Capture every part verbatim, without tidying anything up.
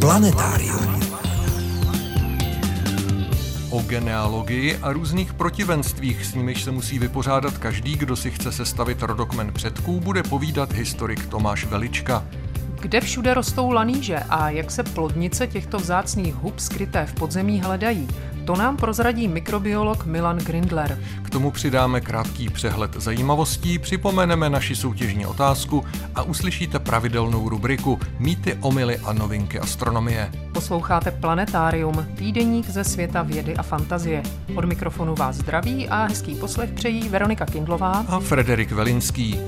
Planetárium. O genealogii a různých protivenstvích, s nimiž se musí vypořádat každý, kdo si chce sestavit rodokmen předků, bude povídat historik Tomáš Velička. Kde všude rostou laníže a jak se plodnice těchto vzácných hub skryté v podzemí hledají, to nám prozradí mikrobiolog Milan Grindler. K tomu přidáme krátký přehled zajímavostí, připomeneme naši soutěžní otázku a uslyšíte pravidelnou rubriku Mýty, omyly a novinky astronomie. Posloucháte Planetárium, týdeník ze světa vědy a fantazie. Od mikrofonu vás zdraví a hezký poslech přejí Veronika Kindlová a Frederik Velinský.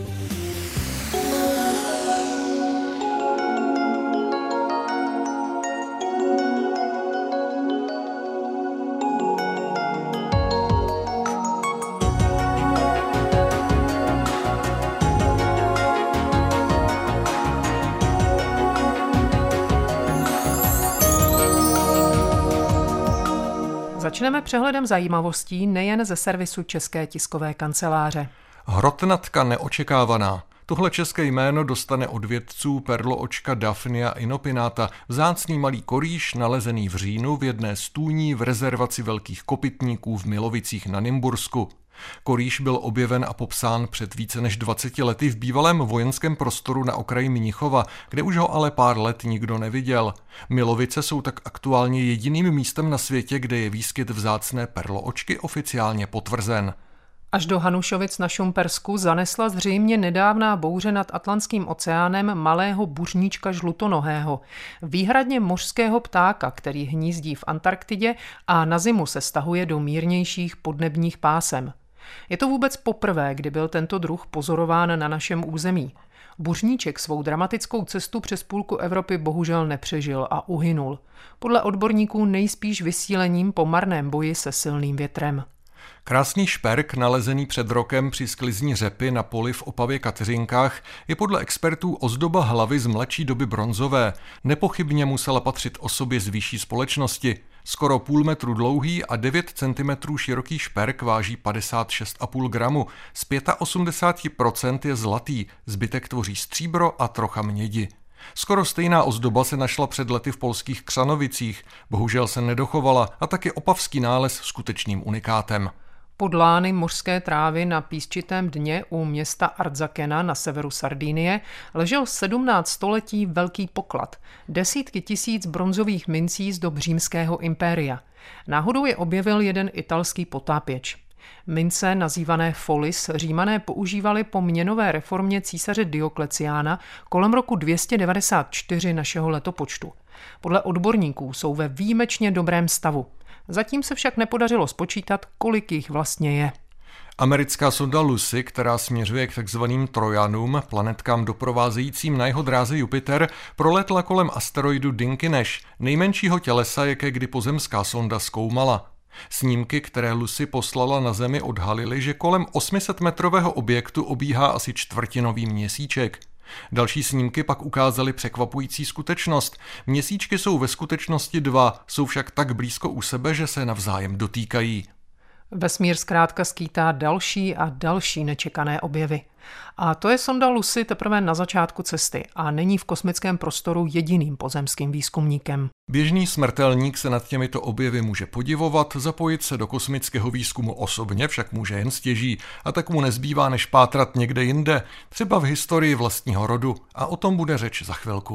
Začneme přehledem zajímavostí nejen ze servisu České tiskové kanceláře. Hrotnatka neočekávaná. Tohle české jméno dostane od vědců perloočka Daphnia inopinata, vzácný malý korýš nalezený v říjnu v jedné stůní v rezervaci velkých kopytníků v Milovicích na Nymbursku. Korýš byl objeven a popsán před více než dvaceti lety v bývalém vojenském prostoru na okraji Mnichova, kde už ho ale pár let nikdo neviděl. Milovice jsou tak aktuálně jediným místem na světě, kde je výskyt vzácné perloočky oficiálně potvrzen. Až do Hanušovic na Šumpersku zanesla zřejmě nedávná bouře nad Atlantským oceánem malého buřníčka žlutonohého, výhradně mořského ptáka, který hnízdí v Antarktidě a na zimu se stahuje do mírnějších podnebních pásem. Je to vůbec poprvé, kdy byl tento druh pozorován na našem území. Buřníček svou dramatickou cestu přes půlku Evropy bohužel nepřežil a uhynul. Podle odborníků nejspíš vysílením po marném boji se silným větrem. Krásný šperk, nalezený před rokem při sklizni řepy na poli v Opavě Kateřinkách, je podle expertů ozdoba hlavy z mladší doby bronzové. Nepochybně musela patřit osobě z vyšší společnosti. Skoro půl metru dlouhý a devět centimetrů široký šperk váží padesát šest celá pět gramu. Z osmdesát pět procent je zlatý, zbytek tvoří stříbro a trocha mědi. Skoro stejná ozdoba se našla před lety v polských Křanovicích, bohužel se nedochovala a tak je opavský nález skutečným unikátem. Pod lány mořské trávy na písčitém dně u města Ardzakena na severu Sardinie ležel sedmnáct století velký poklad, desítky tisíc bronzových mincí z dob římského impéria. Náhodou je objevil jeden italský potápěč. Mince, nazývané folis, Římané používali po měnové reformě císaře Diokleciána kolem roku dvě stě devadesát čtyři našeho letopočtu. Podle odborníků jsou ve výjimečně dobrém stavu. Zatím se však nepodařilo spočítat, kolik jich vlastně je. Americká sonda Lucy, která směřuje k takzvaným Trojanům, planetkám doprovázejícím na jeho dráze Jupiter, proletla kolem asteroidu Dinkinesh, nejmenšího tělesa, jaké kdy pozemská sonda zkoumala. Snímky, které Lucy poslala na Zemi, odhalily, že kolem osmisetmetrového objektu obíhá asi čtvrtinový měsíček. Další snímky pak ukázaly překvapující skutečnost. Měsíčky jsou ve skutečnosti dva, jsou však tak blízko u sebe, že se navzájem dotýkají. Vesmír zkrátka skýtá další a další nečekané objevy. A to je sonda Lucy teprve na začátku cesty a není v kosmickém prostoru jediným pozemským výzkumníkem. Běžný smrtelník se nad těmito objevy může podivovat, zapojit se do kosmického výzkumu osobně však může jen stěží a tak mu nezbývá než pátrat někde jinde, třeba v historii vlastního rodu, a o tom bude řeč za chvilku.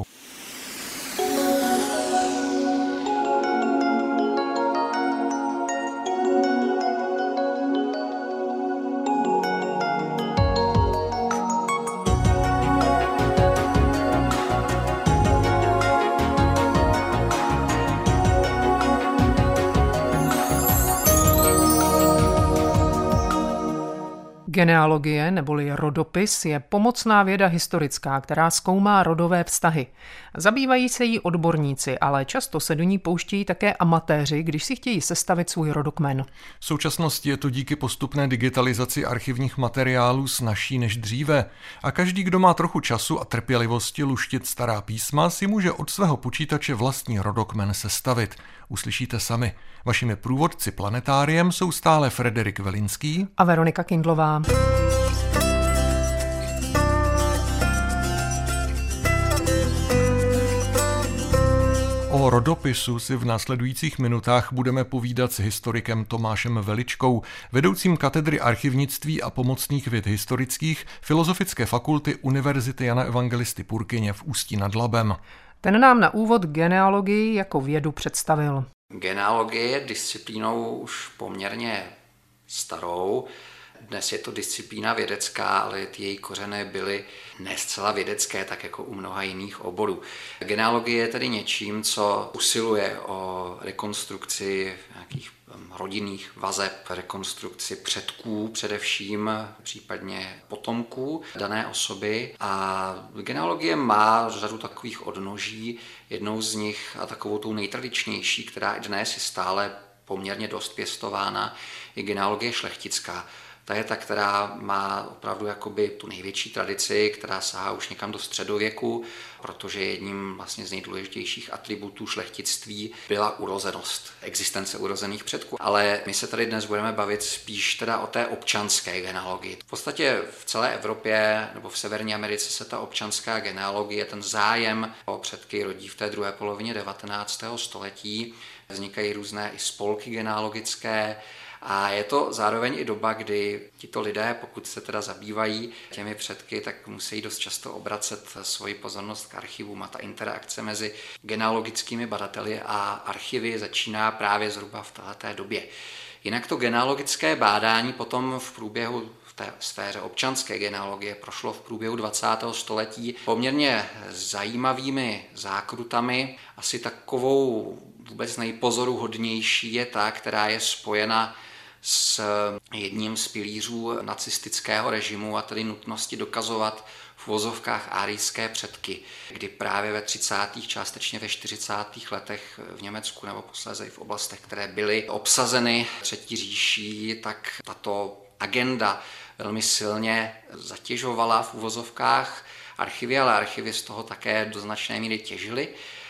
Genealogie neboli rodopis je pomocná věda historická, která zkoumá rodové vztahy. Zabývají se jí odborníci, ale často se do ní pouštějí také amatéři, když si chtějí sestavit svůj rodokmen. V současnosti je to díky postupné digitalizaci archivních materiálů snazší než dříve a každý, kdo má trochu času a trpělivosti luštit stará písma, si může od svého počítače vlastní rodokmen sestavit. Uslyšíte sami. Vašimi průvodci planetáriem jsou stále Frederik Velinský a Veronika Kindlová. O rodopisu si v následujících minutách budeme povídat s historikem Tomášem Veličkou, vedoucím katedry archivnictví a pomocných věd historických Filozofické fakulty Univerzity Jana Evangelisty Purkyně v Ústí nad Labem. Ten nám na úvod genealogii jako vědu představil. Genealogie je disciplínou už poměrně starou. Dnes je to disciplína vědecká, ale ty její kořeny byly ne zcela vědecké, tak jako u mnoha jiných oborů. Genealogie je tedy něčím, co usiluje o rekonstrukci nějakých rodinných vazeb, rekonstrukci předků především, případně potomků dané osoby. A genealogie má řadu takových odnoží. Jednou z nich a takovou tou nejtradičnější, která i dnes je stále poměrně dost pěstována, je genealogie šlechtická. Ta je ta, která má opravdu jakoby tu největší tradici, která sahá už někam do středověku, protože jedním vlastně z nejdůležitějších atributů šlechtictví byla urozenost, existence urozených předků. Ale my se tady dnes budeme bavit spíš teda o té občanské genealogii. V podstatě v celé Evropě nebo v Severní Americe se ta občanská genealogie, ten zájem o předky rodí v té druhé polovině devatenáctého století. Vznikají různé i spolky genealogické, a je to zároveň i doba, kdy tito lidé, pokud se teda zabývají těmi předky, tak musí dost často obracet svoji pozornost k archivům a ta interakce mezi genealogickými badateli a archivy začíná právě zhruba v této době. Jinak to genealogické bádání potom v průběhu v té sféře občanské genealogie prošlo v průběhu dvacátého století poměrně zajímavými zákrutami. Asi takovou vůbec nejpozoruhodnější je ta, která je spojena s jedním z pilířů nacistického režimu, a tedy nutnosti dokazovat v uvozovkách árijské předky, kdy právě ve třicátých, částečně ve čtyřicátých letech v Německu nebo posléze i v oblastech, které byly obsazeny třetí říší, tak tato agenda velmi silně zatěžovala v uvozovkách archivy, ale archivy z toho také do značné míry těžily.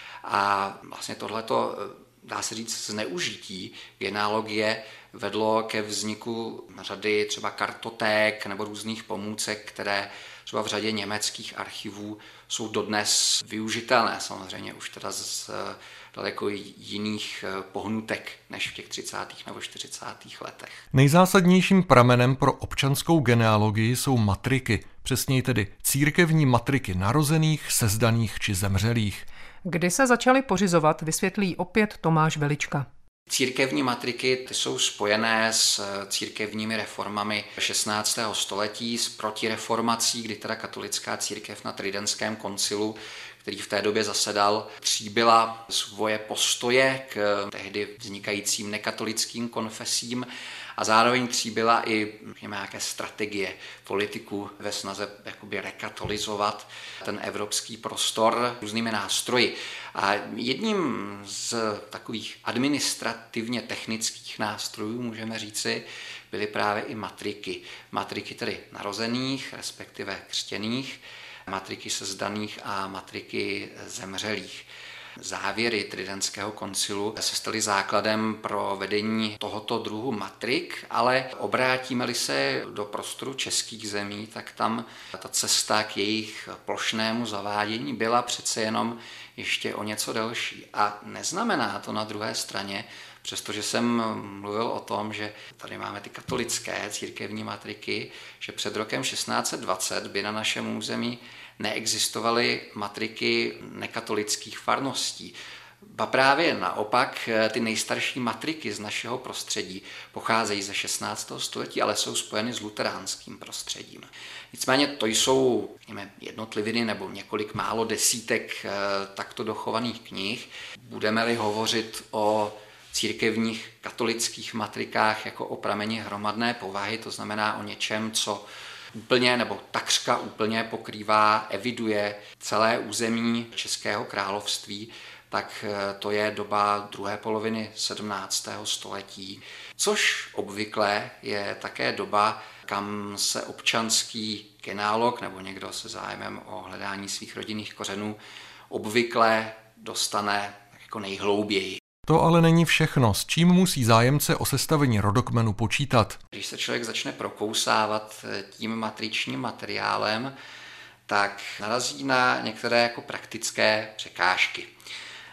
A vlastně tohleto, dá se říct, zneužití genealogie vedlo ke vzniku řady třeba kartoték nebo různých pomůcek, které třeba v řadě německých archivů jsou dodnes využitelné, samozřejmě už teda z daleko jiných pohnutek než v těch třicátých nebo čtyřicátých letech. Nejzásadnějším pramenem pro občanskou genealogii jsou matriky, přesněji tedy církevní matriky narozených, sezdaných či zemřelých. Kdy se začaly pořizovat, vysvětlí opět Tomáš Velička. Církevní matriky ty jsou spojené s církevními reformami šestnáctého století, s protireformací, kdy teda katolická církev na Tridentském koncilu, který v té době zasedal, tříbila svoje postoje k tehdy vznikajícím nekatolickým konfesím a zároveň tříbila i nějaké strategie politiků ve snaze jakoby rekatolizovat ten evropský prostor různými nástroji. A jedním z takových administrativně technických nástrojů, můžeme říci, byly právě i matriky. Matriky tedy narozených, respektive křtěných, matriky sezdaných a matriky zemřelých. Závěry Tridentského koncilu se staly základem pro vedení tohoto druhu matrik, ale obrátíme-li se do prostoru českých zemí, tak tam ta cesta k jejich plošnému zavádění byla přece jenom ještě o něco delší. A neznamená to na druhé straně, přestože jsem mluvil o tom, že tady máme ty katolické církevní matriky, že před rokem šestnáct set dvacet by na našem území neexistovaly matriky nekatolických farností. Ba právě naopak ty nejstarší matriky z našeho prostředí pocházejí ze šestnáctého století, ale jsou spojeny s luteránským prostředím. Nicméně to jsou řekněme, jednotliviny nebo několik málo desítek takto dochovaných knih. Budeme-li hovořit o církevních katolických matrikách jako o prameni hromadné povahy, to znamená o něčem, co úplně nebo takřka úplně pokrývá, eviduje celé území Českého království, tak to je doba druhé poloviny sedmnáctého století, což obvykle je také doba, kam se občanský genealog nebo někdo se zájmem o hledání svých rodinných kořenů obvykle dostane jako nejhlouběji. To ale není všechno, s čím musí zájemce o sestavení rodokmenu počítat. Když se člověk začne prokousávat tím matričním materiálem, tak narazí na některé jako praktické překážky.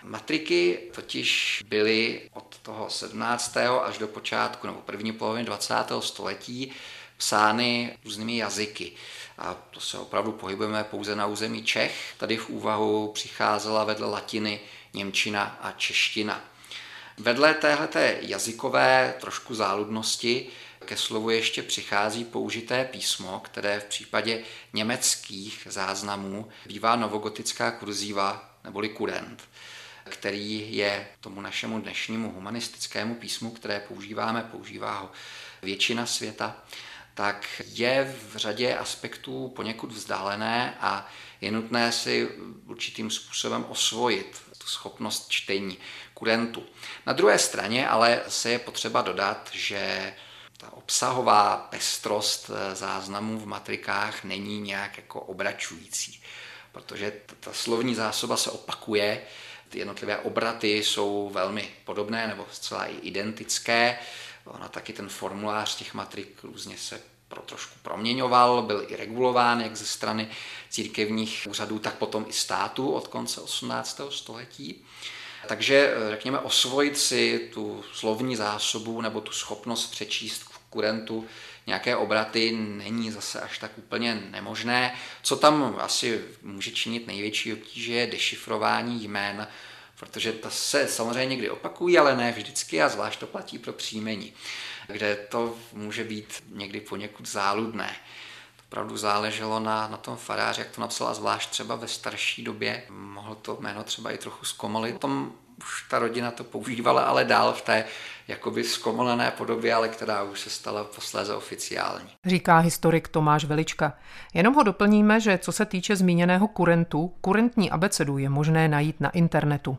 Matriky totiž byly od toho sedmnáctého až do počátku nebo první poloviny dvacátého století psány různými jazyky. A to se opravdu pohybujeme pouze na území Čech. Tady v úvahu přicházela vedle latiny němčina a čeština. Vedle téhleté jazykové trošku záludnosti ke slovu ještě přichází použité písmo, které v případě německých záznamů bývá novogotická kurzíva neboli kurent, který je tomu našemu dnešnímu humanistickému písmu, které používáme, používá ho většina světa, tak je v řadě aspektů poněkud vzdálené a je nutné si určitým způsobem osvojit tu schopnost čtení kurentu. Na druhé straně ale se je potřeba dodat, že ta obsahová pestrost záznamů v matrikách není nějak jako obračující, protože ta slovní zásoba se opakuje, ty jednotlivé obraty jsou velmi podobné nebo zcela i identické. Ona taky ten formulář těch matrik různě se pro trošku proměňoval, byl i regulován jak ze strany církevních úřadů, tak potom i státu od konce osmnáctého století. Takže řekněme osvojit si tu slovní zásobu nebo tu schopnost přečíst v kurentu nějaké obraty není zase až tak úplně nemožné. Co tam asi může činit největší obtíže je dešifrování jmén, protože to se samozřejmě někdy opakují, ale ne vždycky a zvlášť to platí pro příjmení, kde to může být někdy poněkud záludné. Opravdu záleželo na, na tom faráři, jak to napsal, a zvlášť třeba ve starší době mohlo to jméno třeba i trochu zkomolit. Potom už ta rodina to používala, ale dál v té jakoby zkomolené podobě, ale která už se stala posléze oficiální. Říká historik Tomáš Velička. Jenom ho doplníme, že co se týče zmíněného kurentu, kurentní abecedu je možné najít na internetu.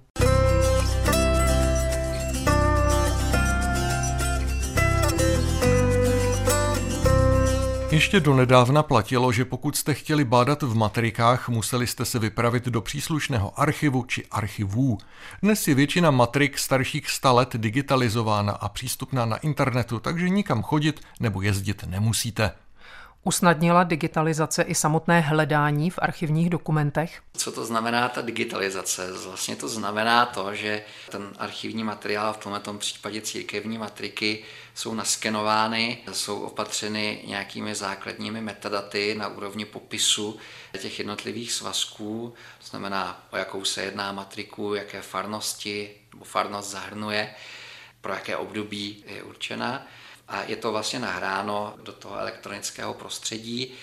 Ještě donedávna platilo, že pokud jste chtěli bádat v matrikách, museli jste se vypravit do příslušného archivu či archivů. Dnes je většina matrik starších sta let digitalizována a přístupná na internetu, takže nikam chodit nebo jezdit nemusíte. Usnadnila digitalizace i samotné hledání v archivních dokumentech? Co to znamená ta digitalizace? Vlastně to znamená to, že ten archivní materiál, v tomto případě církevní matriky, jsou naskenovány, jsou opatřeny nějakými základními metadaty na úrovni popisu těch jednotlivých svazků, to znamená, o jakou se jedná matriku, jaké farnosti nebo farnost zahrnuje, pro jaké období je určena. A je to vlastně nahráno do toho elektronického prostředí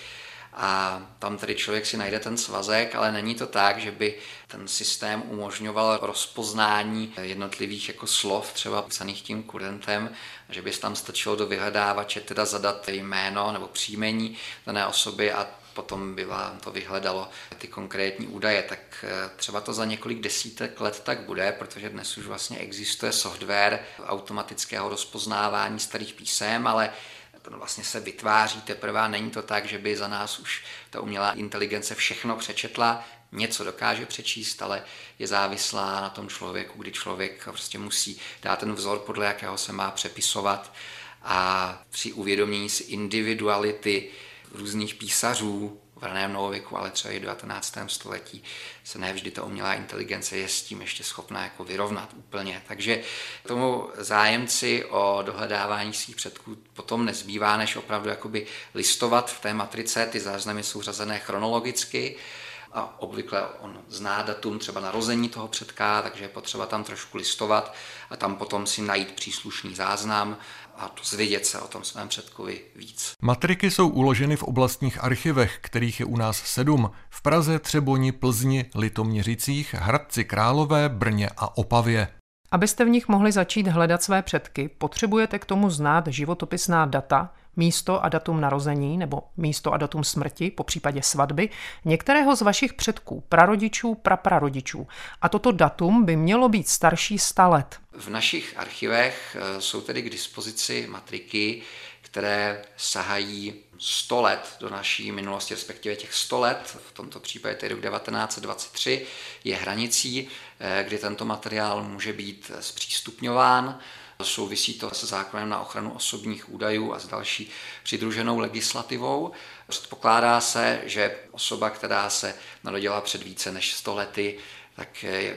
a tam tedy člověk si najde ten svazek, ale není to tak, že by ten systém umožňoval rozpoznání jednotlivých jako slov, třeba psaných tím kurentem, že by tam stačilo do vyhledávače teda zadat jméno nebo příjmení dané osoby a potom by vám to vyhledalo ty konkrétní údaje, tak třeba to za několik desítek let tak bude, protože dnes už vlastně existuje software automatického rozpoznávání starých písem, ale to vlastně se vytváří teprve a není to tak, že by za nás už ta umělá inteligence všechno přečetla, něco dokáže přečíst, ale je závislá na tom člověku, kdy člověk prostě musí dát ten vzor, podle jakého se má přepisovat a při uvědomění si individuality různých písařů v raném novověku, ale třeba i v devatenáctém století se nevždy ta umělá inteligence je s tím ještě schopná jako vyrovnat úplně. Takže tomu zájemci o dohledávání svých předků potom nezbývá, než opravdu jakoby listovat v té matrice. Ty záznamy jsou řazené chronologicky a obvykle on zná datum třeba narození toho předka, takže je potřeba tam trošku listovat a tam potom si najít příslušný záznam a dozvědět se o tom svém předkovi víc. Matriky jsou uloženy v oblastních archivech, kterých je u nás sedm. V Praze, Třeboni, Plzni, Litoměřicích, Hradci Králové, Brně a Opavě. Abyste v nich mohli začít hledat své předky, potřebujete k tomu znát životopisná data, místo a datum narození nebo místo a datum smrti, po případě svatby, některého z vašich předků, prarodičů, praprarodičů. A toto datum by mělo být starší sta let. V našich archivech jsou tedy k dispozici matriky, které sahají sto let do naší minulosti, respektive těch sto let, v tomto případě tedy rok devatenáct set dvacet tři, je hranicí, kdy tento materiál může být zpřístupňován. Souvisí to se zákonem na ochranu osobních údajů a s další přidruženou legislativou. Předpokládá se, že osoba, která se narodila před více než sto lety, tak je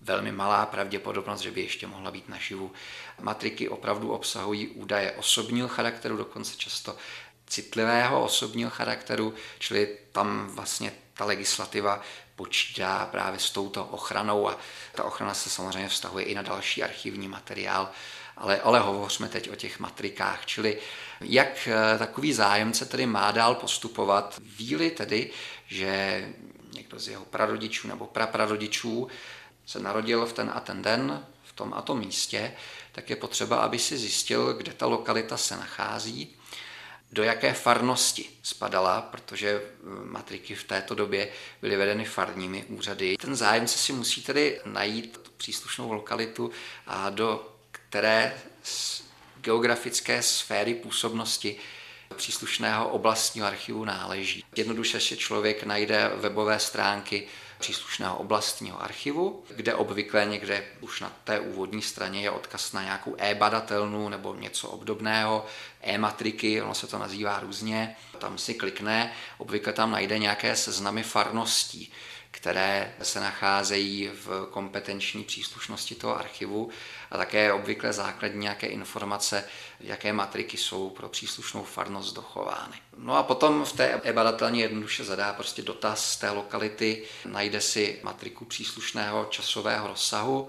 velmi malá pravděpodobnost, že by ještě mohla být naživu. Matriky opravdu obsahují údaje osobního charakteru, dokonce často citlivého osobního charakteru, čili tam vlastně ta legislativa počítá právě s touto ochranou a ta ochrana se samozřejmě vztahuje i na další archivní materiál, ale, ale hovořme teď o těch matrikách, čili jak takový zájemce tedy má dál postupovat, ví-li tedy, že někdo z jeho prarodičů nebo praprarodičů se narodil v ten a ten den, v tom a tom místě, tak je potřeba, aby si zjistil, kde ta lokalita se nachází, do jaké farnosti spadala, protože matriky v této době byly vedeny farními úřady. Ten zájemce si musí tedy najít tu příslušnou lokalitu a do které geografické sféry působnosti příslušného oblastního archivu náleží. Jednoduše si člověk najde webové stránky příslušného oblastního archivu, kde obvykle někde už na té úvodní straně je odkaz na nějakou e-badatelnu nebo něco obdobného, e-matriky, ono se to nazývá různě, tam si klikne, obvykle tam najde nějaké seznamy farností, které se nacházejí v kompetenční příslušnosti toho archivu a také obvykle základní nějaké informace, jaké matriky jsou pro příslušnou farnost dochovány. No a potom v té e-badatelně jednoduše zadá prostě dotaz z té lokality, najde si matriku příslušného časového rozsahu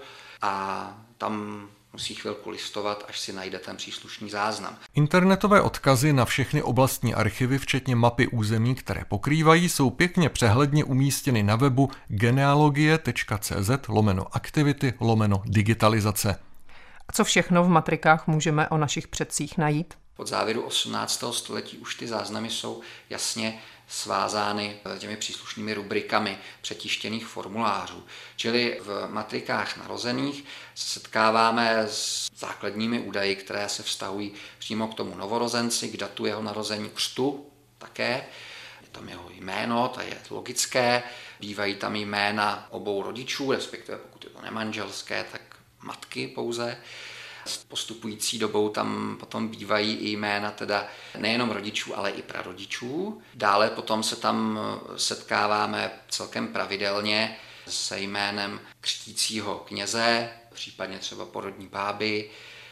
a tam musí chvilku listovat, až si najde ten příslušný záznam. Internetové odkazy na všechny oblastní archivy, včetně mapy území, které pokrývají, jsou pěkně přehledně umístěny na webu genealogie.cz lomeno aktivity lomeno digitalizace. A co všechno v matrikách můžeme o našich předcích najít? Od závěru osmnáctého století už ty záznamy jsou jasně svázány těmi příslušnými rubrikami přetištěných formulářů. Čili v matrikách narozených se setkáváme s základními údaji, které se vztahují přímo k tomu novorozenci, k datu jeho narození, křtu také. Je tam jeho jméno, to je logické. Bývají tam jména obou rodičů, respektive pokud je to nemanželské, tak matky pouze. S postupující dobou tam potom bývají i jména teda nejenom rodičů, ale i prarodičů. Dále potom se tam setkáváme celkem pravidelně se jménem křtícího kněze, případně třeba porodní báby,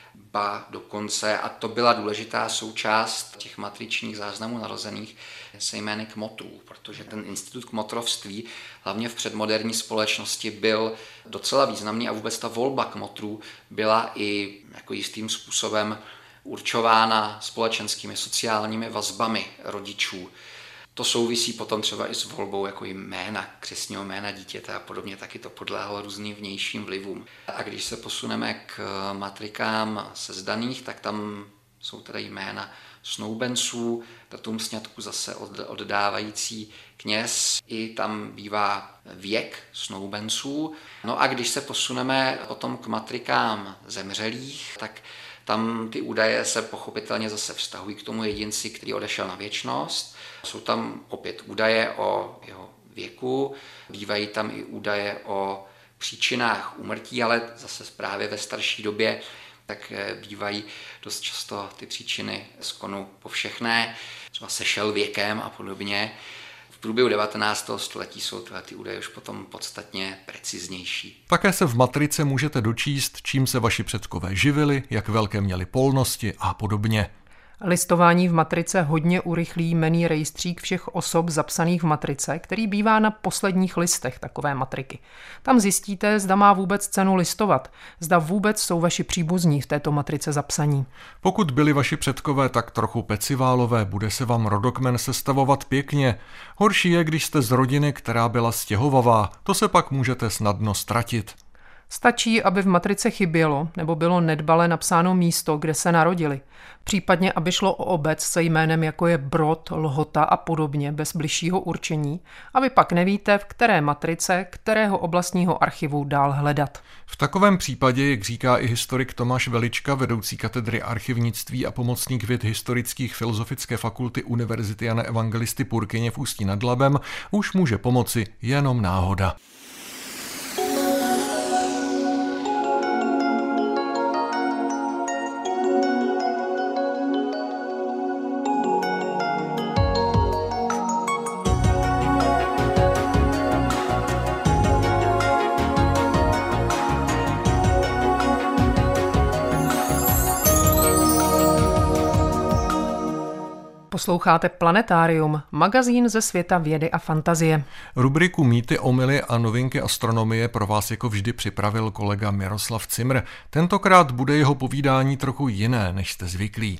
ba dokonce, a to byla důležitá součást těch matričních záznamů narozených, se jmény kmotrů, protože ten institut kmotrovství hlavně v předmoderní společnosti byl docela významný a vůbec ta volba kmotrů byla i jako jistým způsobem určována společenskými sociálními vazbami rodičů. To souvisí potom třeba i s volbou jako jména, křestního jména dítěte a podobně, taky to podléhalo různým vnějším vlivům. A když se posuneme k matrikám sezdaných, tak tam jsou teda jména snoubenců, datum sňatku zase oddávající kněz, i tam bývá věk snoubenců. No a když se posuneme potom k matrikám zemřelých, tak tam ty údaje se pochopitelně zase vztahují k tomu jedinci, který odešel na věčnost. Jsou tam opět údaje o jeho věku, bývají tam i údaje o příčinách úmrtí, ale zase právě ve starší době tak bývají dost často ty příčiny skonu povšechné, třeba sešel věkem a podobně. V průběhu devatenáctého století jsou tyhle ty údaje už potom podstatně preciznější. Také se v matrice můžete dočíst, čím se vaši předkové živili, jak velké měli polnosti a podobně. Listování v matrice hodně urychlí jmenný rejstřík všech osob zapsaných v matrice, který bývá na posledních listech takové matriky. Tam zjistíte, zda má vůbec cenu listovat, zda vůbec jsou vaši příbuzní v této matrice zapsaní. Pokud byli vaši předkové tak trochu peciválové, bude se vám rodokmen sestavovat pěkně. Horší je, když jste z rodiny, která byla stěhovavá, to se pak můžete snadno ztratit. Stačí, aby v matrice chybělo nebo bylo nedbale napsáno místo, kde se narodili. Případně, aby šlo o obec se jménem jako je Brod, Lhota a podobně bez bližšího určení, a vy pak nevíte, v které matrice, kterého oblastního archivu dál hledat. V takovém případě, jak říká i historik Tomáš Velička, vedoucí katedry archivnictví a pomocník věd historických Filozofické fakulty Univerzity Jana Evangelisty Purkyně v Ústí nad Labem, už může pomoci jenom náhoda. Posloucháte Planetárium, magazín ze světa vědy a fantazie. Rubriku Mýty, omyly a novinky astronomie pro vás jako vždy připravil kolega Miroslav Cimr. Tentokrát bude jeho povídání trochu jiné, než jste zvyklí.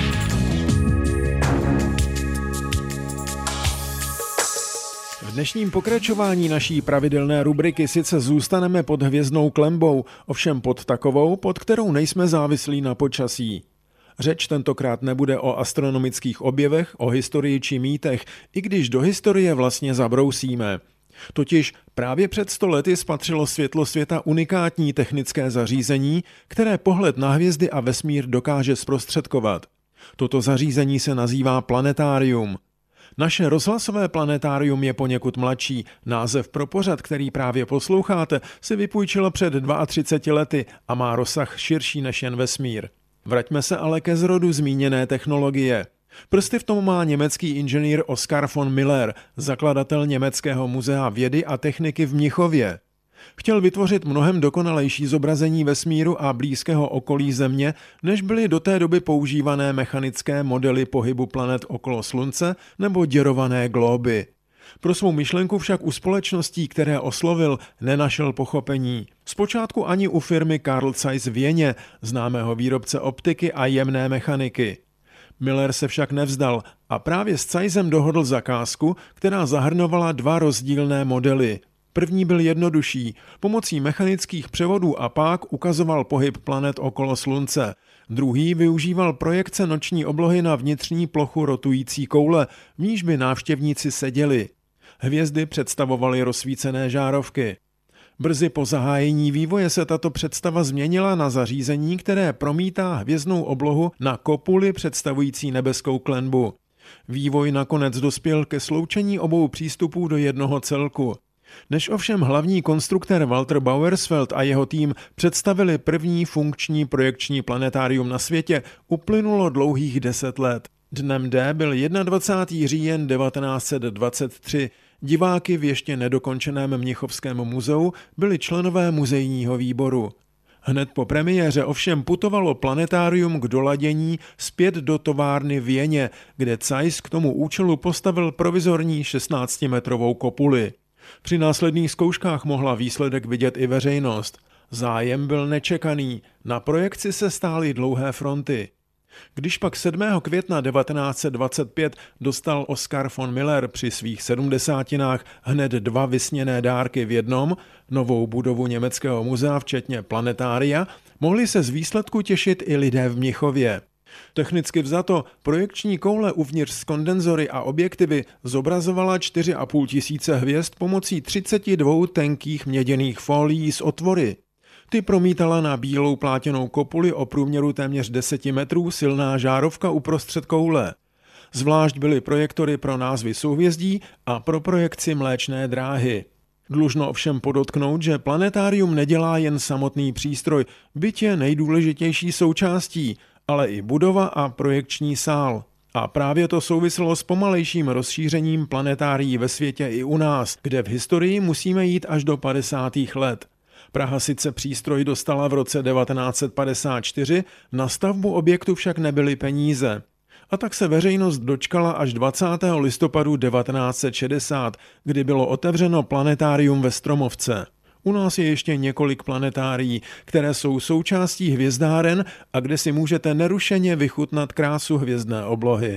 V dnešním pokračování naší pravidelné rubriky sice zůstaneme pod hvězdnou klenbou, ovšem pod takovou, pod kterou nejsme závislí na počasí. Řeč tentokrát nebude o astronomických objevech, o historii či mýtech, i když do historie vlastně zabrousíme. Totiž právě před sto lety spatřilo světlo světa unikátní technické zařízení, které pohled na hvězdy a vesmír dokáže zprostředkovat. Toto zařízení se nazývá planetárium. Naše rozhlasové planetárium je poněkud mladší. Název pro pořad, který právě posloucháte, si vypůjčilo před třiceti dvěma lety a má rozsah širší než jen vesmír. Vraťme se ale ke zrodu zmíněné technologie. Prsty v tom má německý inženýr Oskar von Miller, zakladatel Německého muzea vědy a techniky v Mnichově. Chtěl vytvořit mnohem dokonalejší zobrazení vesmíru a blízkého okolí Země, než byly do té doby používané mechanické modely pohybu planet okolo Slunce nebo děrované glóby. Pro svou myšlenku však u společností, které oslovil, nenašel pochopení. Zpočátku ani u firmy Carl Zeiss v Jeně, známého výrobce optiky a jemné mechaniky. Miller se však nevzdal a právě s Zeissem dohodl zakázku, která zahrnovala dva rozdílné modely. První byl jednodušší, pomocí mechanických převodů a pák ukazoval pohyb planet okolo Slunce. Druhý využíval projekce noční oblohy na vnitřní plochu rotující koule, v níž by návštěvníci seděli. Hvězdy představovaly rozsvícené žárovky. Brzy po zahájení vývoje se tato představa změnila na zařízení, které promítá hvězdnou oblohu na kopuli představující nebeskou klenbu. Vývoj nakonec dospěl ke sloučení obou přístupů do jednoho celku. Než ovšem hlavní konstruktér Walter Bauersfeld a jeho tým představili první funkční projekční planetárium na světě, uplynulo dlouhých deset let. Dnem D byl dvacátého prvního října devatenáct set dvacet tři. Diváky v ještě nedokončeném Mnichovském muzeu byli členové muzejního výboru. Hned po premiéře ovšem putovalo planetárium k doladění zpět do továrny v Jeně, kde Zeiss k tomu účelu postavil provizorní šestnáctimetrovou kopuli. Při následných zkouškách mohla výsledek vidět i veřejnost. Zájem byl nečekaný, na projekci se stály dlouhé fronty. Když pak sedmého května devatenáct set dvacet pět dostal Oskar von Miller při svých sedmdesátinách hned dva vysněné dárky v jednom, novou budovu Německého muzea včetně planetária, mohli se z výsledku těšit i lidé v Mnichově. Technicky vzato, projekční koule uvnitř s kondenzory a objektivy zobrazovala čtyři a půl tisíce hvězd pomocí třicet dva tenkých měděných fólií s otvory. Ty promítala na bílou plátěnou kopuli o průměru téměř deset metrů silná žárovka uprostřed koule. Zvlášť byly projektory pro názvy souhvězdí a pro projekci Mléčné dráhy. Dlužno ovšem podotknout, že planetárium nedělá jen samotný přístroj, byť je nejdůležitější součástí, ale i budova a projekční sál. A právě to souviselo s pomalejším rozšířením planetárií ve světě i u nás, kde v historii musíme jít až do padesátých let. Praha sice přístroj dostala v roce devatenáct set padesát čtyři, na stavbu objektu však nebyly peníze. A tak se veřejnost dočkala až dvacátého listopadu devatenáct set šedesát, kdy bylo otevřeno planetárium ve Stromovce. U nás je ještě několik planetárií, které jsou součástí hvězdáren a kde si můžete nerušeně vychutnat krásu hvězdné oblohy.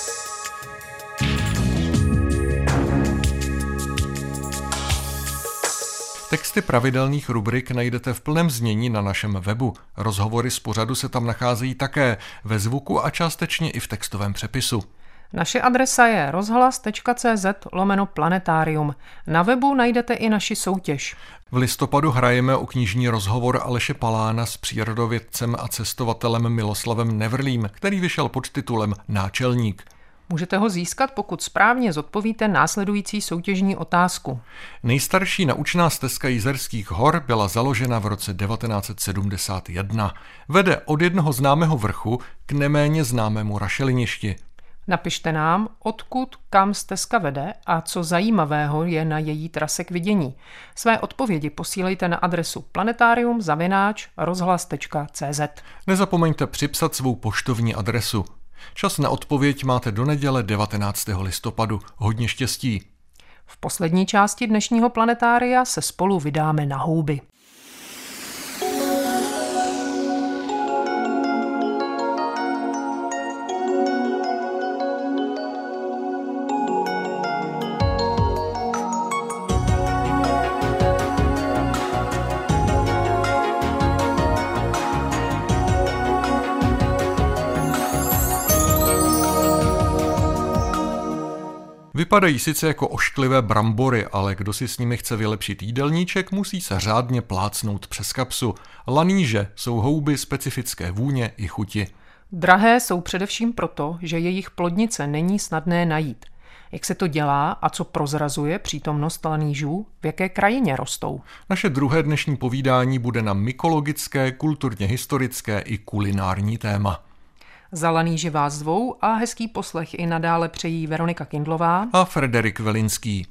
Texty pravidelných rubrik najdete v plném znění na našem webu. Rozhovory z pořadu se tam nacházejí také ve zvuku a částečně i v textovém přepisu. Naše adresa je rozhlas.cz lomeno planetárium. Na webu najdete i naši soutěž. V listopadu hrajeme o knižní rozhovor Aleše Palána s přírodovědcem a cestovatelem Miloslavem Nevrlým, který vyšel pod titulem Náčelník. Můžete ho získat, pokud správně zodpovíte následující soutěžní otázku. Nejstarší naučná stezka Jizerských hor byla založena v roce devatenáct set sedmdesát jedna. Vede od jednoho známého vrchu k neméně známému rašeliništi. Napište nám, odkud kam stezka vede a co zajímavého je na její trase k vidění. Své odpovědi posílejte na adresu planetarium zavináč rozhlas tečka cé zet. Nezapomeňte připsat svou poštovní adresu. Čas na odpověď máte do neděle devatenáctého listopadu. Hodně štěstí. V poslední části dnešního planetária se spolu vydáme na houby. Vypadají sice jako ošklivé brambory, ale kdo si s nimi chce vylepšit jídelníček, musí se řádně plácnout přes kapsu. Laníže jsou houby specifické vůně i chuti. Drahé jsou především proto, že jejich plodnice není snadné najít. Jak se to dělá a co prozrazuje přítomnost lanížů, v jaké krajině rostou? Naše druhé dnešní povídání bude na mykologické, kulturně historické i kulinární téma. Za laníži vás zvou a hezký poslech i nadále přejí Veronika Kindlová a Frederik Velinský.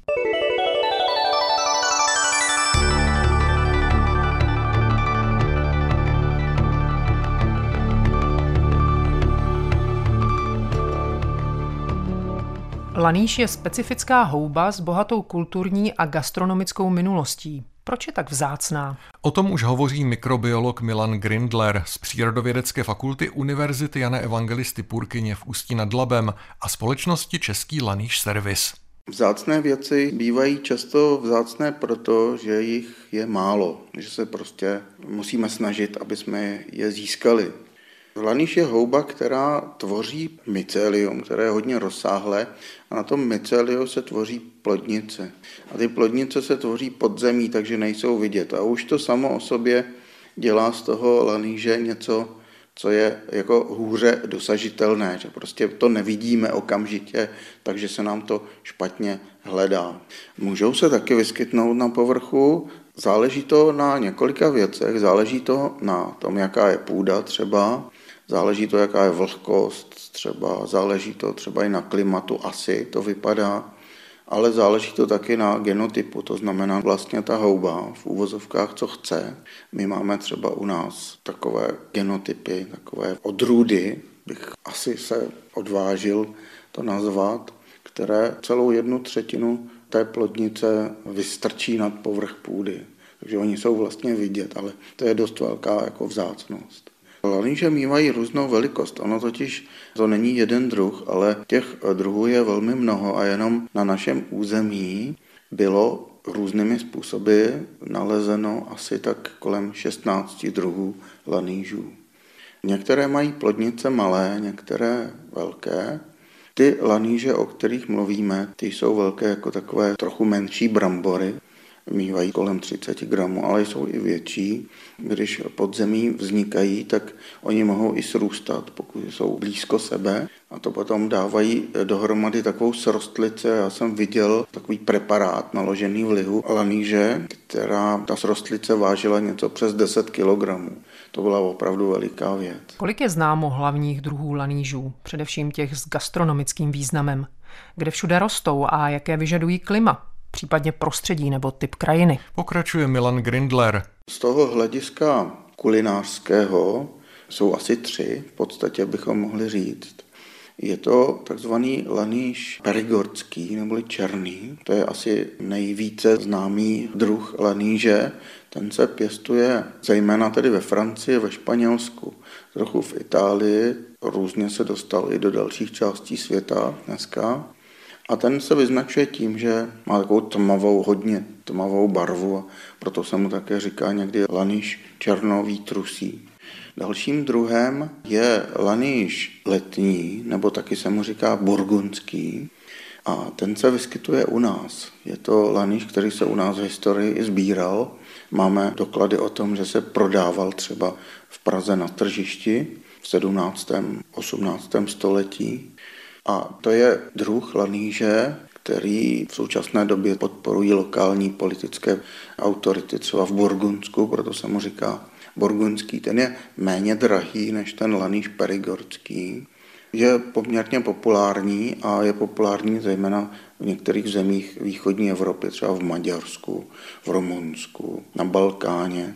Laníž je specifická houba s bohatou kulturní a gastronomickou minulostí. Proč je tak vzácná? O tom už hovoří mikrobiolog Milan Grindler z Přírodovědecké fakulty Univerzity Jana Evangelisty Purkyně v Ústí nad Labem a společnosti Český laníž servis. Vzácné věci bývají často vzácné proto, že jich je málo, že se prostě musíme snažit, aby jsme je získali. Laníž je houba, která tvoří mycelium, které je hodně rozsáhlé a na tom myceliu se tvoří plodnice. A ty plodnice se tvoří pod zemí, takže nejsou vidět. A už to samo o sobě dělá z toho laníže něco, co je jako hůře dosažitelné, že prostě to nevidíme okamžitě, takže se nám to špatně hledá. Můžou se taky vyskytnout na povrchu, záleží to na několika věcech, záleží to na tom, jaká je půda třeba, záleží to, jaká je vlhkost třeba, záleží to třeba i na klimatu, asi to vypadá, ale záleží to taky na genotypu, to znamená vlastně ta houba v úvozovkách, co chce. My máme třeba u nás takové genotypy, takové odrůdy, bych asi se odvážil to nazvat, které celou jednu třetinu té plodnice vystrčí nad povrch půdy. Takže oni jsou vlastně vidět, ale to je dost velká jako vzácnost. Laníže mývají různou velikost, ono totiž to není jeden druh, ale těch druhů je velmi mnoho a jenom na našem území bylo různými způsoby nalezeno asi tak kolem šestnáct druhů lanížů. Některé mají plodnice malé, některé velké. Ty laníže, o kterých mluvíme, ty jsou velké jako takové trochu menší brambory. Mývají kolem třicet gramů, ale jsou i větší. Když pod zemí vznikají, tak oni mohou i srůstat, pokud jsou blízko sebe. A to potom dávají dohromady takovou srostlici. Já jsem viděl takový preparát naložený v lihu laníže, která ta srostlice vážila něco přes deset kilogramů. To byla opravdu veliká věc. Kolik je známo hlavních druhů lanížů, především těch s gastronomickým významem? Kde všude rostou a jaké vyžadují klima? Případně prostředí nebo typ krajiny. Pokračuje Milan Grindler. Z toho hlediska kulinářského jsou asi tři, v podstatě bychom mohli říct. Je to takzvaný laníž perigordský neboli černý. To je asi nejvíce známý druh laníže. Ten se pěstuje zejména tedy ve Francii, ve Španělsku, trochu v Itálii. Různě se dostal i do dalších částí světa dneska. A ten se vyznačuje tím, že má takovou tmavou, hodně tmavou barvu a proto se mu také říká někdy laníž černovýtrusí. Dalším druhem je laníž letní, nebo taky se mu říká burgundský. A ten se vyskytuje u nás. Je to laníž, který se u nás v historii i sbíral. Máme doklady o tom, že se prodával třeba v Praze na tržišti v sedmnáctém osmnáctém století. A to je druh laníže, který v současné době podporují lokální politické autority, třeba v Burgundsku, proto se mu říká burgundský. Ten je méně drahý než ten laníž perigordský. Je poměrně populární a je populární zejména v některých zemích východní Evropy, třeba v Maďarsku, v Rumunsku, na Balkáně.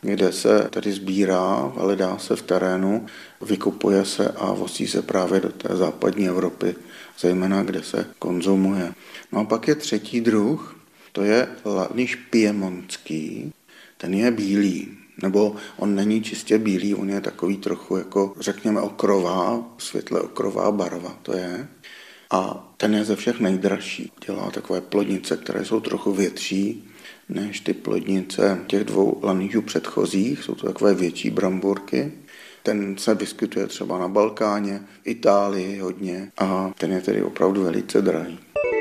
kde se tedy sbírá, ale dá se v terénu, vykupuje se a vozí se právě do té západní Evropy, zejména kde se konzumuje. No a pak je třetí druh, to je laniš piemontský, ten je bílý, nebo on není čistě bílý, on je takový trochu jako, řekněme, okrová, světle okrová barva to je. A ten je ze všech nejdražší. Dělá takové plodnice, které jsou trochu větší než ty plodnice těch dvou lanížů předchozích. Jsou to takové větší bramburky. Ten se vyskytuje třeba na Balkáně, v Itálii hodně a ten je tedy opravdu velice drahý.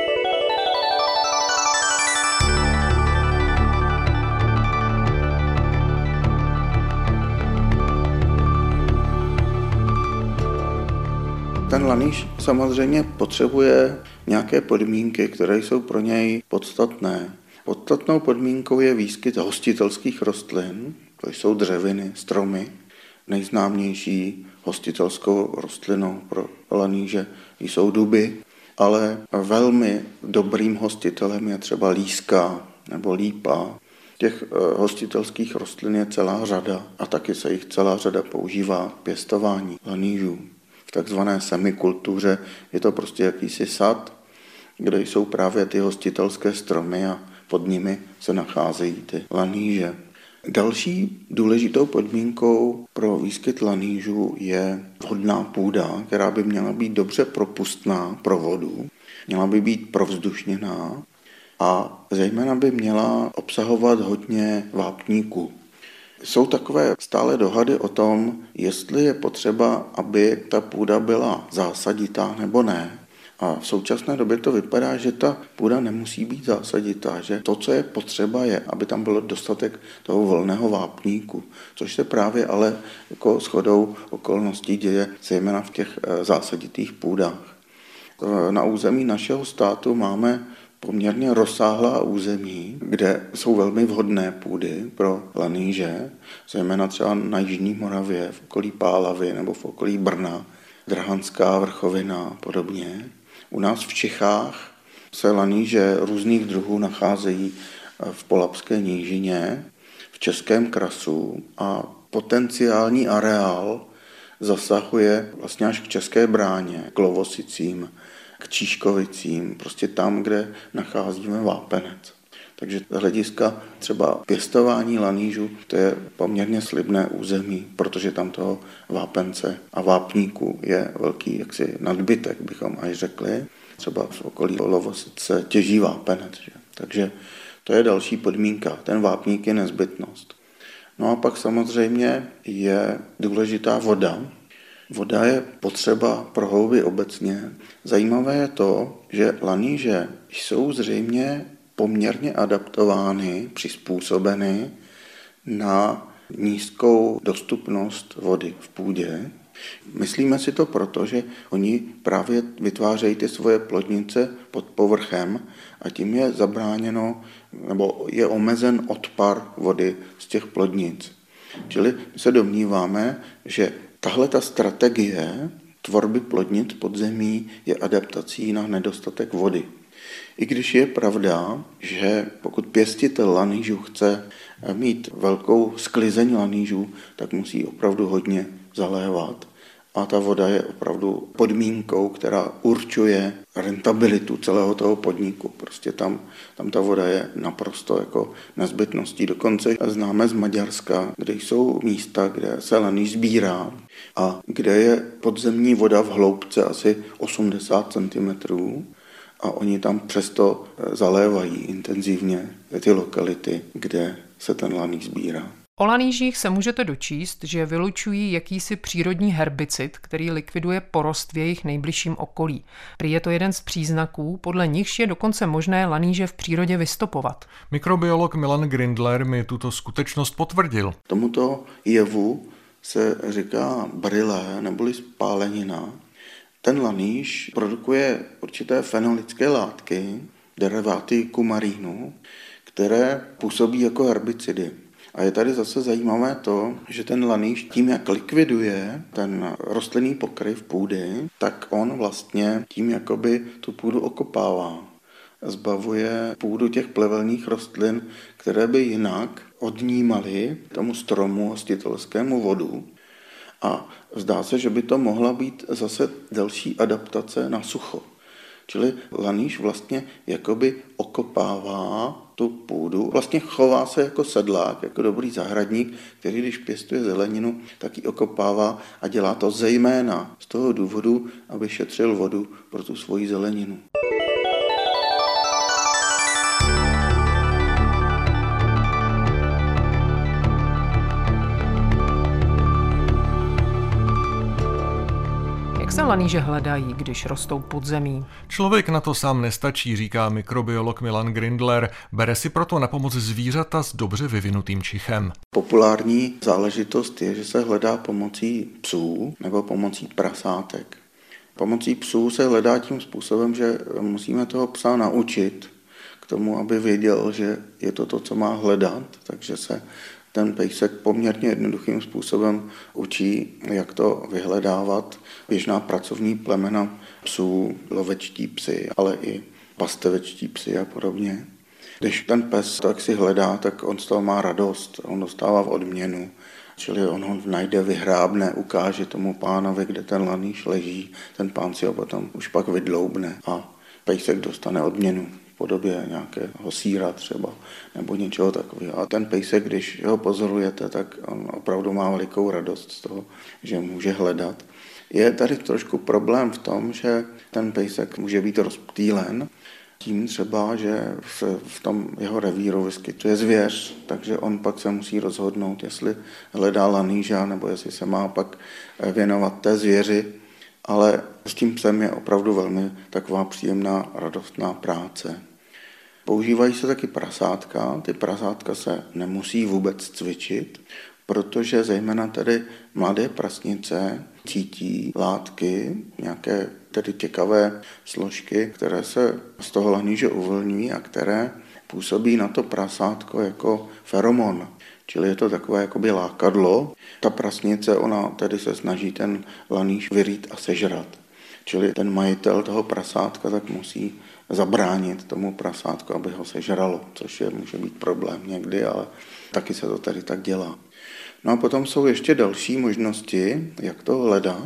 Ten laníž samozřejmě potřebuje nějaké podmínky, které jsou pro něj podstatné. Podstatnou podmínkou je výskyt hostitelských rostlin, to jsou dřeviny, stromy. Nejznámější hostitelskou rostlinou pro laníže jsou duby, ale velmi dobrým hostitelem je třeba líska nebo lípa. Těch hostitelských rostlin je celá řada a taky se jich celá řada používá k pěstování lanížů. V takzvané semikultuře je to prostě jakýsi sad, kde jsou právě ty hostitelské stromy a pod nimi se nacházejí ty laníže. Další důležitou podmínkou pro výskyt lanížů je vhodná půda, která by měla být dobře propustná pro vodu, měla by být provzdušněná a zejména by měla obsahovat hodně vápníku. Jsou takové stále dohady o tom, jestli je potřeba, aby ta půda byla zásaditá nebo ne. A v současné době to vypadá, že ta půda nemusí být zásaditá, že to, co je potřeba, je, aby tam bylo dostatek toho volného vápníku, což se právě ale jako shodou okolností děje zejména v těch zásaditých půdách. Na území našeho státu máme poměrně rozsáhlá území, kde jsou velmi vhodné půdy pro laníže, zejména třeba na jižní Moravě, v okolí Pálavy nebo v okolí Brna, Drahanská vrchovina a podobně. U nás v Čechách se laníže různých druhů nacházejí v Polabské nížině, v Českém krasu a potenciální areál zasahuje vlastně až k České bráně, k Lovosicím, k Číškovicím, prostě tam, kde nacházíme vápenec. Takže z hlediska třeba pěstování lanížů to je poměrně slibné území, protože tam toho vápence a vápníku je velký jaksi nadbytek, bychom až řekli. Třeba v okolí Lovosic se těží vápenec. Že? Takže to je další podmínka. Ten vápník je nezbytnost. No a pak samozřejmě je důležitá voda. Voda je potřeba pro houby obecně. Zajímavé je to, že laníže jsou zřejmě poměrně adaptovány, přizpůsobeny na nízkou dostupnost vody v půdě. Myslíme si to proto, že oni právě vytvářejí ty svoje plodnice pod povrchem a tím je zabráněno nebo je omezen odpar vody z těch plodnic. Čili se domníváme, že tahle ta strategie tvorby plodnic podzemí je adaptací na nedostatek vody. I když je pravda, že pokud pěstitel lanížů chce mít velkou sklizeň lanížů, tak musí opravdu hodně zalévat. A ta voda je opravdu podmínkou, která určuje rentabilitu celého toho podniku. Prostě tam, tam ta voda je naprosto jako nezbytností. Dokonce známe z Maďarska, kde jsou místa, kde se laníž sbírá a kde je podzemní voda v hloubce asi osmdesát centimetrů a oni tam přesto zalévají intenzivně ty lokality, kde se ten laníž sbírá. O lanížích se můžete dočíst, že vylučují jakýsi přírodní herbicid, který likviduje porost v jejich nejbližším okolí. Prý je to jeden z příznaků, podle nichž je dokonce možné laníže v přírodě vystopovat. Mikrobiolog Milan Grindler mi tuto skutečnost potvrdil. Tomuto jevu se říká brylé neboli spálenina. Ten laníž produkuje určité fenolické látky, deriváty kumarínu, které působí jako herbicidy. A je tady zase zajímavé to, že ten laníž tím, jak likviduje ten rostlinný pokryv půdy, tak on vlastně tím jakoby tu půdu okopává. Zbavuje půdu těch plevelných rostlin, které by jinak odnímali tomu stromu hostitelskému vodu a zdá se, že by to mohla být zase další adaptace na sucho. Čili lanýž vlastně jakoby okopává tu půdu, vlastně chová se jako sedlák, jako dobrý zahradník, který když pěstuje zeleninu, tak ji okopává a dělá to zejména z toho důvodu, aby šetřil vodu pro tu svoji zeleninu. Jak se lanýže hledají, když rostou pod zemí? Člověk na to sám nestačí, říká mikrobiolog Milan Grindler. Bere si proto na pomoc zvířata s dobře vyvinutým čichem. Populární záležitost je, že se hledá pomocí psů nebo pomocí prasátek. Pomocí psů se hledá tím způsobem, že musíme toho psa naučit k tomu, aby věděl, že je to to, co má hledat, takže se ten pejsek poměrně jednoduchým způsobem učí, jak to vyhledávat. Běžná pracovní plemena psů, lovečtí psi, ale i pastevečtí psi a podobně. Když ten pes to jak si hledá, tak on z toho má radost, on dostává v odměnu, čili on ho najde, vyhrábne, ukáže tomu pánovi, kde ten lanýž leží, ten pán si ho potom už pak vydloubne a pejsek dostane odměnu v podobě nějakého sýra třeba nebo něčeho takového. A ten pejsek, když ho pozorujete, tak on opravdu má velikou radost z toho, že může hledat. Je tady trošku problém v tom, že ten pejsek může být rozptýlen tím třeba, že se v tom jeho revíru vyskytuje zvěř, takže on pak se musí rozhodnout, jestli hledá lanýža nebo jestli se má pak věnovat té zvěři, ale s tím psem je opravdu velmi taková příjemná, radostná práce. Používají se taky prasátka, ty prasátka se nemusí vůbec cvičit, protože zejména tady mladé prasnice cítí látky, nějaké tedy těkavé složky, které se z toho lanýže uvolňují a které působí na to prasátko jako feromon. Čili je to takové jakoby lákadlo. Ta prasnice, ona tedy se snaží ten lanýž vyrýt a sežrat. Čili ten majitel toho prasátka tak musí zabránit tomu prasátku, aby ho sežralo, což je, může být problém někdy, ale taky se to tady tak dělá. No a potom jsou ještě další možnosti, jak to hledat.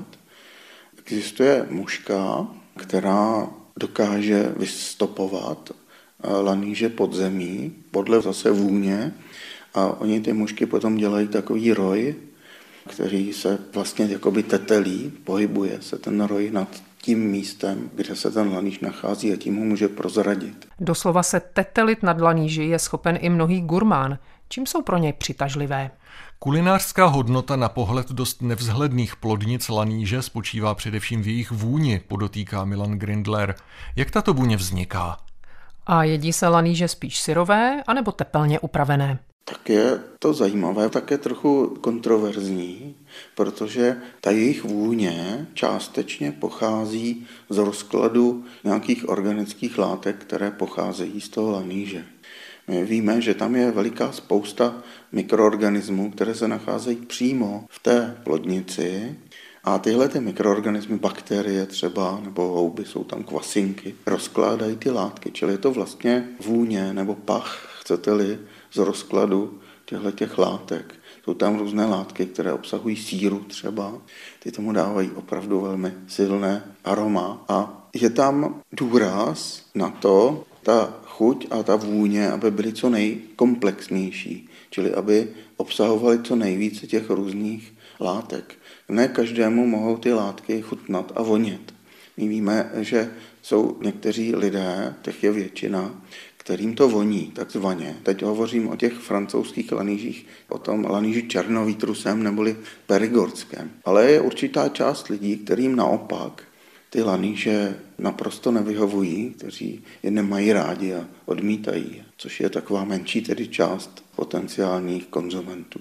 Existuje muška, která dokáže vystopovat lanýže pod zemí, podle zase vůně, a oni ty mušky potom dělají takový roj, který se vlastně jakoby tetelí, pohybuje se ten roj nad tím místem, kde se ten lanýž nachází a tím ho může prozradit. Doslova se tetelit nad lanýži je schopen i mnohý gurmán. Čím jsou pro něj přitažlivé? Kulinářská hodnota na pohled dost nevzhledných plodnic lanýže spočívá především v jejich vůni, podotýká Milan Grindler. Jak tato vůně vzniká? A jedí se lanýže spíš syrové anebo tepelně upravené? Tak je to zajímavé, také trochu kontroverzní, protože ta jejich vůně částečně pochází z rozkladu nějakých organických látek, které pocházejí z toho lanýže. My víme, že tam je veliká spousta mikroorganismů, které se nacházejí přímo v té plodnici a tyhle ty mikroorganismy, bakterie třeba, nebo houby, jsou tam kvasinky, rozkládají ty látky, čili je to vlastně vůně nebo pach, chcete-li, z rozkladu těchto látek. Jsou tam různé látky, které obsahují síru třeba, ty tomu dávají opravdu velmi silné aroma a je tam důraz na to, ta chuť a ta vůně, aby byly co nejkomplexnější, čili aby obsahovaly co nejvíce těch různých látek. Ne každému mohou ty látky chutnat a vonět. My víme, že jsou někteří lidé, těch je většina, kterým to voní takzvaně. Teď hovořím o těch francouzských lanýžích, o tom lanýži černovítrusem neboli perigordském. Ale je určitá část lidí, kterým naopak ty lanýže naprosto nevyhovují, kteří je nemají rádi a odmítají, což je taková menší tedy část potenciálních konzumentů.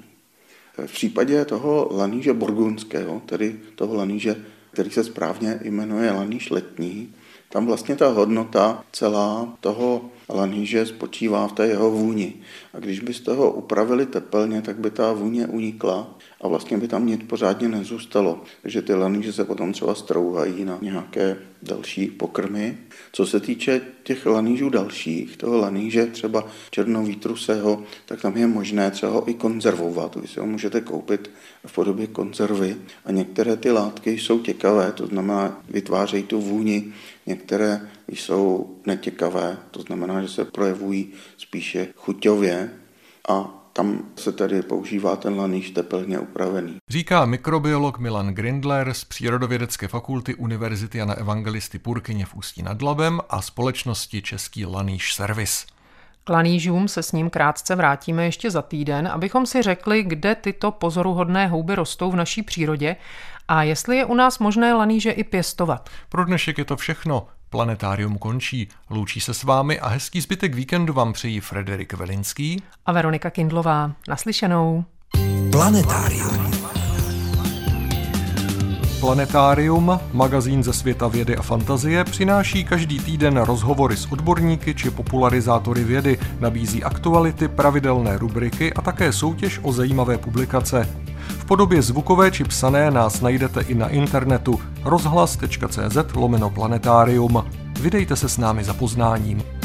V případě toho lanýže burgundského, tedy toho lanýže, který se správně jmenuje lanýž letní, tam vlastně ta hodnota celá toho lanýže spočívá v té jeho vůni. A když byste ho upravili tepelně, tak by ta vůně unikla a vlastně by tam nic pořádně nezůstalo. Takže ty lanýže se potom třeba strouhají na nějaké další pokrmy. Co se týče těch lanýžů dalších, toho lanýže třeba černovítrusého, tak tam je možné třeba ho i konzervovat. Vy si ho můžete koupit v podobě konzervy a některé ty látky jsou těkavé, to znamená vytvářejí tu vůni, některé jsou netěkavé, to znamená, že se projevují spíše chuťově a tam se tedy používá ten lanýž tepelně upravený. Říká mikrobiolog Milan Grindler z Přírodovědecké fakulty Univerzity Jana Evangelisty Purkyně v Ústí nad Labem a společnosti Český lanýž servis. K lanýžům se s ním krátce vrátíme ještě za týden, abychom si řekli, kde tyto pozoruhodné houby rostou v naší přírodě a jestli je u nás možné lanýže i pěstovat. Pro dnešek je to všechno. Planetárium končí. Loučí se s vámi a hezký zbytek víkendu vám přejí Frederik Velinský a Veronika Kindlová. Naslyšenou. Planetárium. Planetárium, magazín ze světa vědy a fantazie, přináší každý týden rozhovory s odborníky či popularizátory vědy, nabízí aktuality, pravidelné rubriky a také soutěž o zajímavé publikace. V podobě zvukové či psané nás najdete i na internetu rozhlas tečka cé zet lomeno planetárium. Vydejte se s námi za poznáním.